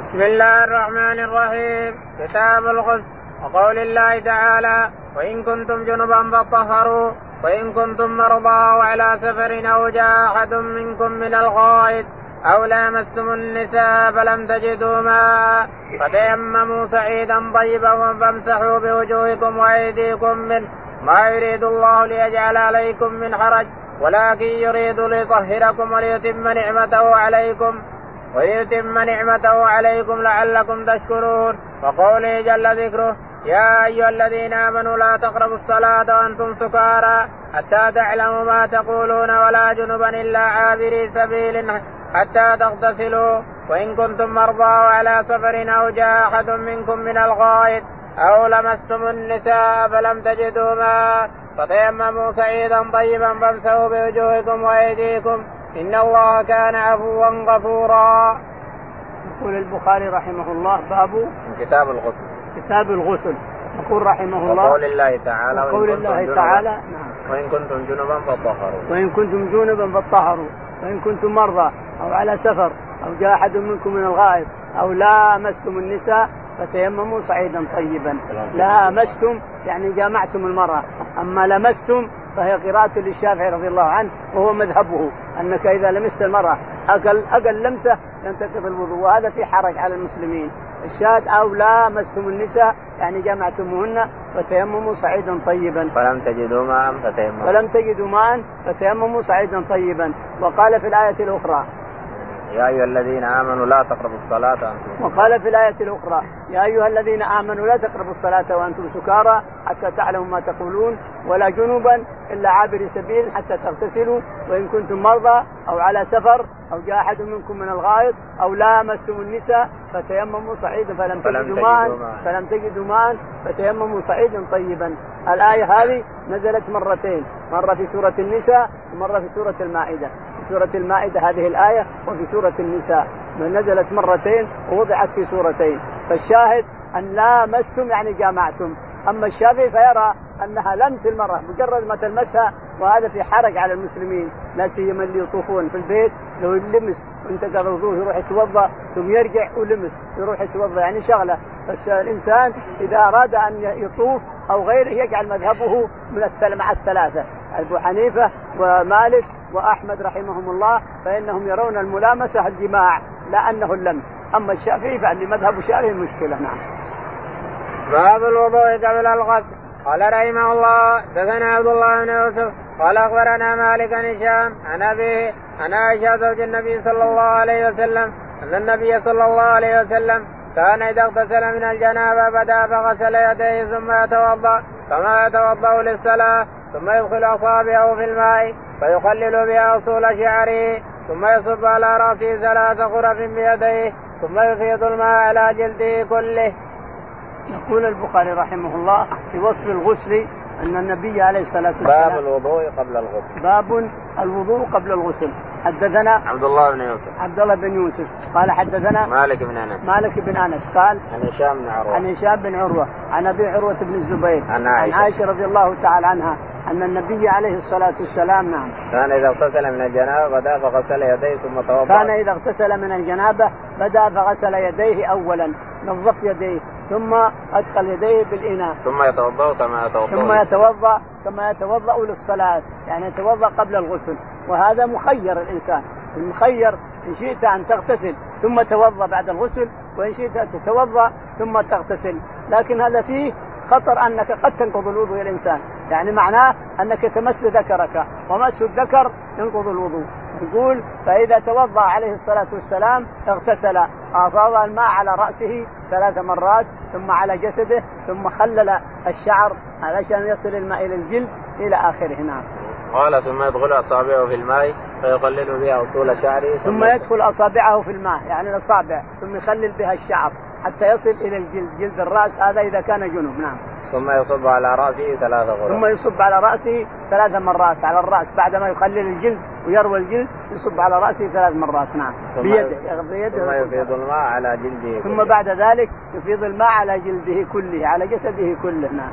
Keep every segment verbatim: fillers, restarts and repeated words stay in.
بسم الله الرحمن الرحيم. كتاب الغسل. وقول الله تعالى: وإن كنتم جنبا فاطهروا وإن كنتم مرضى وعلى سفر أو جاء أحد منكم من الغائط أو لامستم النساء فلم تجدوا ماء فتيمموا صعيدا طيبا فامسحوا بوجوهكم وأيديكم منه ما يريد الله ليجعل عليكم من حرج ولكن يريد ليطهركم وليتم نعمته عليكم ويتم نعمته عليكم لعلكم تشكرون. وقوله جل ذكره: يا أيها الذين آمنوا لا تقربوا الصلاة وأنتم سكارى حتى تعلموا ما تقولون ولا جنبا إلا عابري سبيل حتى تغتسلوا وإن كنتم مرضى وعلى سفر أو جاء أحد منكم من الغائط أو لمستم النساء فلم تجدوا ماء فتيمموا صعيدا طيبا فامسحوا بوجوهكم وأيديكم إن الله كان عفوا غفورا. يقول البخاري رحمه الله: باب كتاب الغسل. كتاب الغسل. يقول رحمه الله: وقول الله تعالى: وقول الله تعالى: نعم. وإن كنتم جنبا فاطهروا وإن كنتم جنبا فاطهروا وإن كنتم مرضى أو على سفر أو جاء أحد منكم من الغائط أو لامستم النساء فتيمموا صعيدا طيبا. لامستم يعني جامعتم المرأة، أما لمستم فهي قراءة للشافعي رضي الله عنه وهو مذهبه أنك إذا لمست المرأة أقل, أقل لمسة ينتقض الوضوء، وهذا في حرج على المسلمين. الشاهد: أو لامستم النساء يعني جمعتموهن فتيمموا صعيدا طيبا فلم تجدوا ماء فتيمموا فلم تجدوا ماء فتيمموا صعيدا طيبا. وقال في الآية الأخرى: يا أيها الذين آمنوا لا تقربوا الصلاة وأنتم وقال في الآية الأخرى: يا أيها الذين آمنوا لا تقربوا الصلاة وأنتم سكارى حتى تعلموا ما تقولون ولا جنبا إلا عابر سبيل حتى تغتسلوا وإن كنتم مرضى أو على سفر أو جاء أحد منكم من الغائط أو لامستم النساء فتيمموا صعيدا فلم تجدوا ماء فلم تجدوا ماء فتيمموا صعيدا طيبا. الآية هذه نزلت مرتين، مرة في سورة النساء ومرة في سورة المائدة. في سورة المائدة هذه الآية وفي سورة النساء نزلت مرتين ووضعت في سورتين. فالشاهد أن لامستم يعني جامعتم. أما الشافعي فيرى أنها لمس المرأة مجرد ما تلمسها، وهذا في حرج على المسلمين لا سيما اللي يطوفون في البيت، لو يلمس وانتقض وضوءه يروح يتوضأ ثم يرجع ولمس يروح يتوضأ يعني شغلة. بس الإنسان إذا أراد أن يطوف أو غيره يجعل مذهبه من مع الثلاثة: أبو حنيفة ومالك وأحمد رحمهم الله، فإنهم يرون الملامسة الجماع لا أنه اللمس. أما الشافعي فعلي مذهب الشافعي المشكلة. نعم. باب الوضوء قبل الغسل. قال رحمه الله: دثنا عبد الله بن يوسف قال أخبرنا مالك عن هشام عن أبيه عن عائشة زوج النبي صلى الله عليه وسلم أن النبي صلى الله عليه وسلم كان إذا اغتسل من الجنابة بدأ فغسل يديه ثم يتوضأ كما يتوضأ للصلاة ثم يدخل أصابعه في الماء فيخلل بها أصول شعره ثم يصب على رأسه ثلاث غرف بيديه ثم يفيض الماء على جلده كله. يقول البخاري رحمه الله في وصف الغسل أن النبي عليه الصلاة والسلام: باب الوضوء قبل الغسل. باب الوضوء قبل الغسل. حدثنا عبد الله بن يوسف عبد الله بن يوسف قال حدثنا مالك بن أنس مالك بن أنس قال عن هشام بن عروة عن هشام بن عروة عن أبي عروة بن الزبير عن عائشة, عن عائشة رضي الله تعالى عنها أن النبي عليه الصلاة والسلام نعم كان إذا اغتسل من الجنابة بدأ فغسل يديه ثم توضأ. كان إذا اغتسل من الجنابة بدأ فغسل يديه أولا، نظف يديه ثم أدخل يديه بالإناء ثم يتوضأ كما يتوضأ ثم يتوضأ كما يتوضأ للصلاة، يعني يتوضأ قبل الغسل. وهذا مخير الإنسان، المخير إن شئت أن تغتسل ثم توضأ بعد الغسل وإن شئت أن تتوضأ ثم تغتسل، لكن هذا فيه خطر أنك قد تنقض الوضوء الإنسان، يعني معناه أنك تمس ذكرك ومس الذكر ينقض الوضوء. يقول: فإذا توضأ عليه الصلاة والسلام اغتسل أفاض الماء على رأسه ثلاث مرات ثم على جسده ثم خلل الشعر علشان يصل الماء إلى الجلد إلى آخره. نعم. قال: ثم يدخل أصابعه في الماء فيقلل بها أصول شعره ثم يدخل أصابعه في الماء يعني الأصابع ثم يخلل بها الشعر حتى يصل إلى الجلد، جلد الرأس، هذا إذا كان جنوب. نعم. ثم يصب على رأسه ثلاث غرف ثم يصب على رأسه ثلاث مرات على الرأس بعدما يخلل الجلد ويروى الجلد يصب على رأسه ثلاث مرات. نعم. بيده بيده ثم يفيض الماء على جلده ثم بعد ذلك يفيض الماء على جلده كله على جسده كله. نعم.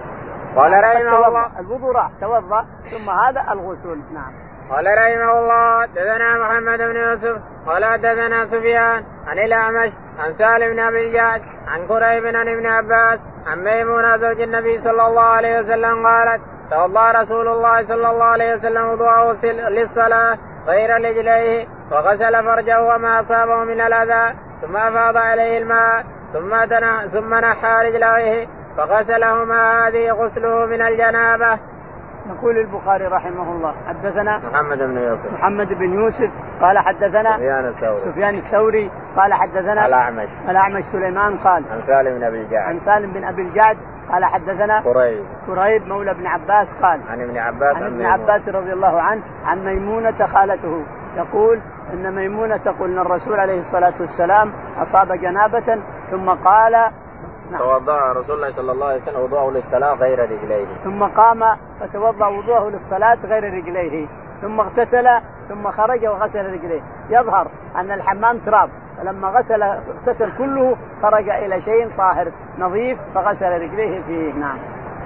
قال رحمه الله: الوضوء راح توضأ ثم هذا الغسل. نعم. قال رحمه الله: دثنا محمد بن يوسف قال دثنا سفيان عن الأعمش عن سالم بن ابي الجعد عن كريب عن ابن عباس عن ميمونة زوج النبي صلى الله عليه وسلم قالت توضأ رسول الله صلى الله عليه وسلم وضوءه للصلاة غير رجليه وغسل فرجه وما أصابه من الأذى ثم أفاض عليه الماء ثم ثم نحى رجليه فغسلهما هذه غسله من الجنابة. يقول البخاري رحمه الله حدثنا محمد بن يوسف محمد بن يوسف قال حدثنا سفيان الثوري سفيان الثوري قال حدثنا الأعمش الأعمش سليمان قال عن سالم بن أبي الجعد عن سالم بن أبي الجعد قال حدثنا كريب كريب مولى ابن عباس قال عن ابن عباس عن ابن عباس رضي الله عنه عن ميمونة خالته يقول إن ميمونة تقول أن الرسول عليه الصلاة والسلام أصاب جنابة ثم قال نعم. توضأ رسول الله صلى الله عليه وسلم وضوءه للصلاة غير رجليه ثم قام فتوضأ وضوءه للصلاة غير رجليه ثم اغتسل ثم خرج وغسل رجليه. يظهر أن الحمام تراب فلما غسل اغتسل كله خرج إلى شيء طاهر نظيف فغسل رجليه فيه. نعم.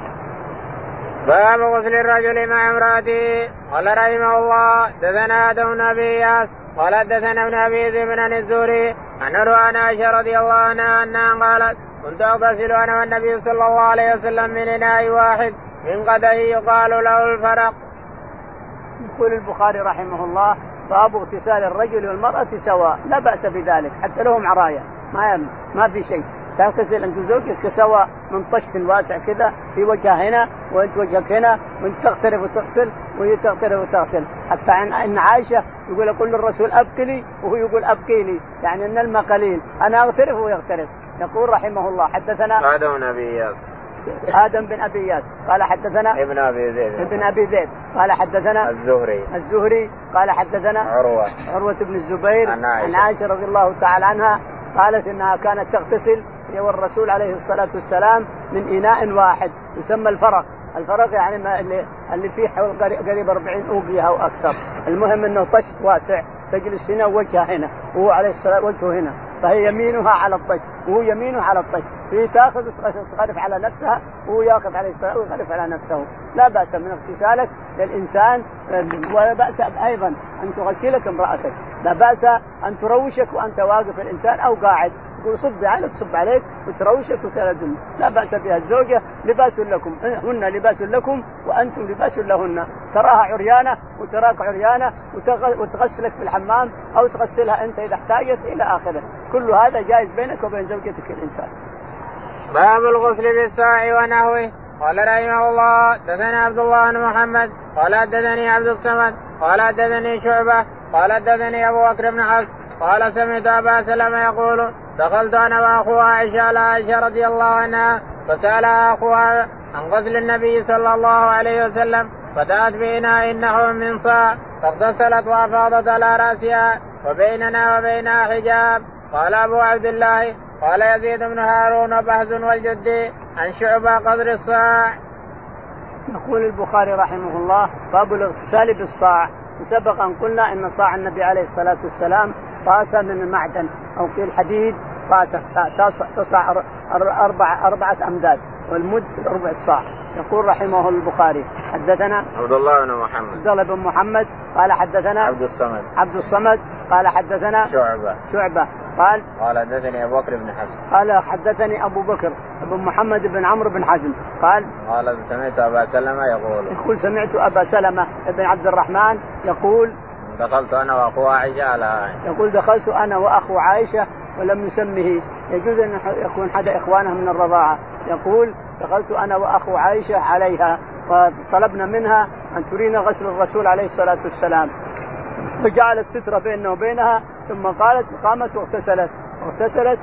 باب غسل الرجل مع امرأته. قال رحمه الله دثنا آدم بن أبي إياس قال دثنا ابن أبي ذئب عن الزهري عن عن عائشة رضي الله عنها أنها قالت كنت أغتسل أنا والنبي صلى الله عليه وسلم من إناء واحد من قدح يقال له الفرق. يقول البخاري رحمه الله باب اغتسال الرجل والمرأة سواء لا بأس بذلك حتى لهم عرايا ما ما في شيء تغتسل أنت زوجك سواء من طشت واسع كذا في وجهها هنا وأنت وجهك هنا وأنت تغترف وتغسل وهي تغترف وتغسل. حتى إن عائشة يقول أقول للرسول أبكلي وهو يقول أبكيني يعني أن الماء قليل أنا أغترف ويغترف. يقول رحمه الله حدثنا آدم بن أبي إياس آدم بن أبي إياس قال حدثنا ابن أبي ذئب ابن أبي ذئب قال حدثنا الزهري الزهري قال حدثنا عروة عروة بن الزبير عن عائشة, عن عائشة رضي الله تعالى عنها قالت إنها كانت تغتسل هي والرسول عليه الصلاة والسلام من إناء واحد يسمى الفرق. الفرق يعني ما اللي, اللي فيه قريب أربعين أوقية أو أكثر. المهم أنه طشت واسع تجلس هنا ووجهها هنا وهو عليه الصلاة وجهه هنا فهي يمينها على الطش وهو يمينه على الطش في تأخذ وتغرف على نفسها وهو يأخذ عليه الصلاة ويغرف على نفسه. لا بأس من اغتسالك للإنسان ولا بأس أيضا أن تغسلك امرأتك. لا بأس أن تروشك وأنت واقف الإنسان أو قاعد تقول صب عليك تصب عليك وتروشك وتلدم لا بأس بها. الزوجة لباس لكم هن لباس لكم وأنتم لباس لهن. تراها عريانة وتراك عريانة وتغسلك في الحمام أو تغسلها أنت إذا احتاجت إلى آخره. كل هذا جائز بينك وبين زوجتك الإنسان. باب الغسل بالصاع ونحوه. قال رحمه الله دثنا عبد الله بن محمد قال حدثني عبد الصمد قال حدثني شعبة قال حدثني أبو بكر بن حفص قال سمعت أبا سلمة يقول دخلت أنا وأخوها عائشة على عائشة رضي الله عنها فسألها أخوها عن غسل النبي صلى الله عليه وسلم فدعت بإناء نحو من صاع فاغتسلت وأفاضت على رأسها وبيننا وبينها حجاب. قال أبو عبد الله قال يزيد بن هارون وبهز والجدي عن شعبة قدر الصاع. يقول البخاري رحمه الله باب الاغتسال بالصاع. سبق أن قلنا إن صاع النبي عليه الصلاة والسلام طاسة من المعدن أو في الحديد طاسة تصع أربعة أربعة أمداد والمد ربع الصاع. يقول رحمه البخاري حدثنا عبد الله بن محمد عبد الله بن محمد قال حدثنا عبد الصمد عبد الصمد قال حدثنا شعبة شعبة قال قال حدثني أبو بكر بن حفص قال حدثني أبو بكر بن محمد بن عمرو بن حزم قال قال سمعت أبا سلمة يقول يقول سمعت أبا سلمة بن عبد الرحمن يقول دخلت أنا وأخوها عائشة على عائشة يقول دخلت أنا وأخو عائشة ولم يسمه يجوز أن يكون حد إخوانه من الرضاعة. يقول دخلت أنا وأخو عائشة عليها وطلبنا منها أن ترينا غسل الرسول عليه الصلاة والسلام فجعلت سترة بيننا وبينها ثم قالت قامت واغتسلت واغتسلت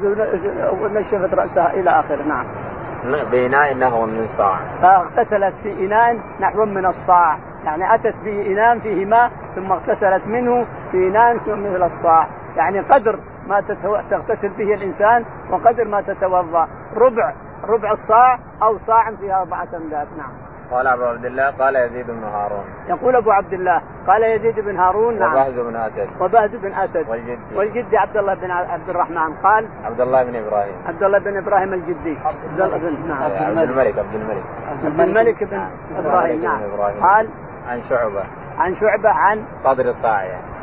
ونشفت رأسها إلى آخر. نعم. بإناء نحو من صاع فاغتسلت في إناء نحو من الصاع يعني أتت به إناء فيه ماء ثم اغتسلت منه في إناء مثل الصاع يعني قدر ما تغتسل به الإنسان وقدر ما تتوضأ ربع ربع الصاع أو صاع فيها أربعة أمداد. نعم. قال أبو عبد الله قال يزيد بن هارون يقول أبو عبد الله قال يزيد بن هارون نعم وبهز بن أسد وبهز بن أسد والجدي والجدي عبد الله بن عبد الرحمن قال عبد الله بن إبراهيم عبد الله بن إبراهيم الجدي عبد الله بن نعم عبد الملك عبد الملك عبد الملك بن إبراهيم نعم قال عن شعبة عن شعبة عن قدر الصاع يعني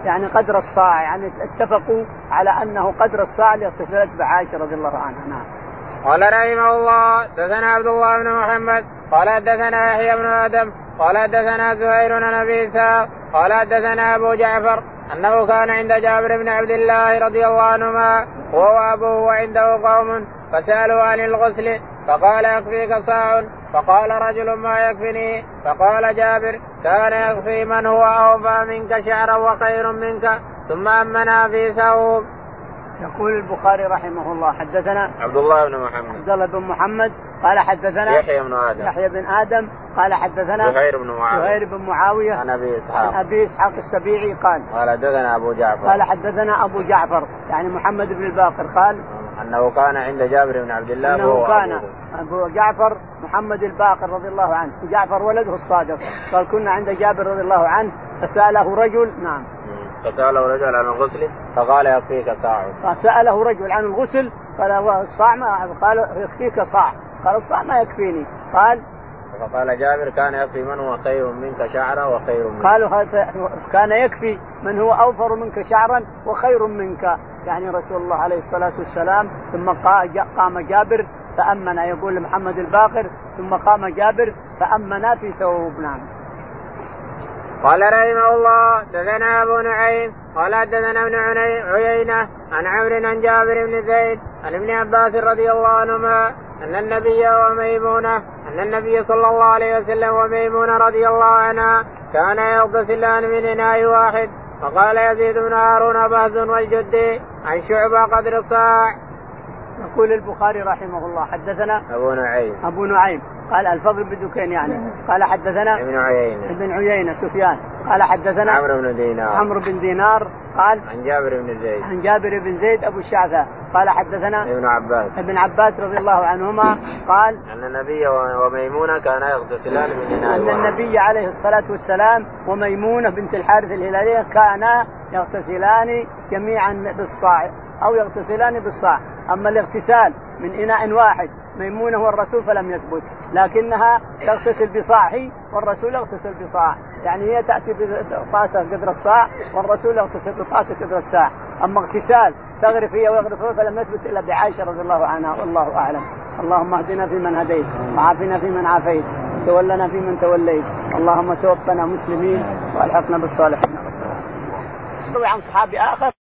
يعني قدر الصاع، يعني اتفقوا على أنه قدر الصاع اللي اغتسلت بعائشة رضي الله عنها. نعم. قال رحمه الله دثنا عبد الله بن محمد قال دثنا يحيى بن آدم قال دثنا زهير بن أبي إسحاق قال دثنا أبو جعفر أنه كان عند جابر بن عبد الله رضي الله عنهما هو وأبوه وعنده قوم فسألوا عن الغسل فقال يكفيك صاع فقال رجل ما يكفني فقال جابر كان يكفي من هو أوفى منك شعرا وخير منك ثم أمنا في ثوب. يقول البخاري رحمه الله حدثنا عبد الله بن محمد عبد الله بن محمد قال حدثنا يحيى بن آدم يحيى بن آدم قال حدثنا زهير بن معاوية زهير بن معاوية عن أبي إسحاق عن أبي إسحاق السبيعي قال قال حدثنا أبو جعفر قال حدثنا أبو جعفر يعني محمد بن الباقر قال أنه كان عند جابر بن عبد الله أنه كان أبو جعفر محمد الباقر رضي الله عنه جعفر ولده الصادق قال كنا عند جابر رضي الله عنه فسأله رجل. نعم. فسأله رجل عن الغسل فقال يكفيك صاع. فسأله رجل عن الغسل قال الصاع ما قال يكفيك صاع قال الصاع ما يكفيني قال فقال جابر كان يكفي من هو خير منك شعرا وخير منك. قالوا كان يكفي من هو أوفر منك شعرا وخير منك يعني رسول الله عليه الصلاة والسلام. ثم قام جابر فأمنا يقول محمد الباقر ثم قام جابر فأمنا في ثوب. نعم. قال رحمه الله دثنا أبو نعيم قال دثنا ابن عيينة عن عمرو عن جابر بن زيد عن ابن عباس رضي الله عنهما أن النبي وميمونة أن النبي صلى الله عليه وسلم وميمونة رضي الله عنها كان يغتسلان من إناء واحد. فقال يزيد بن هارون بهز والجدي عن شعبة قدر الصاع. يقول البخاري رحمه الله حدثنا أبو نعيم أبو نعيم قال الفضل بن دكين يعني قال حدثنا ابن عيينة ابن عيينة سفيان قال حدثنا عمرو بن دينار عمرو بن دينار قال عن جابر بن زيد عن جابر بن زيد أبو الشعثاء قال حدثنا ابن عباس ابن عباس رضي الله عنهما قال أن النبي وميمونة كانا يغتسلان من إناء أن النبي عليه الصلاة والسلام وميمونة بنت الحارث الهلالية كانا يغتسلان جميعا بالصاع أو يغتسلان بالصاع. أما الاغتسال من إناء واحد ميمونة والرسول فلم يثبت لكنها تغتسل بصاعه والرسول يغتسل بصاع يعني هي تأتي بطاسة قدر الصاع والرسول يغتسل بطاسة قدر الصاع. أما اغتسال تغرف هي ويغرف هو فلم يثبت إلا بعائشة رضي الله عنها والله أعلم. اللهم اهدنا فيمن هديت وعافنا فيمن عافيت وتولنا فيمن توليت اللهم توفنا مسلمين والحقنا بالصالحين. عن صحابي آخر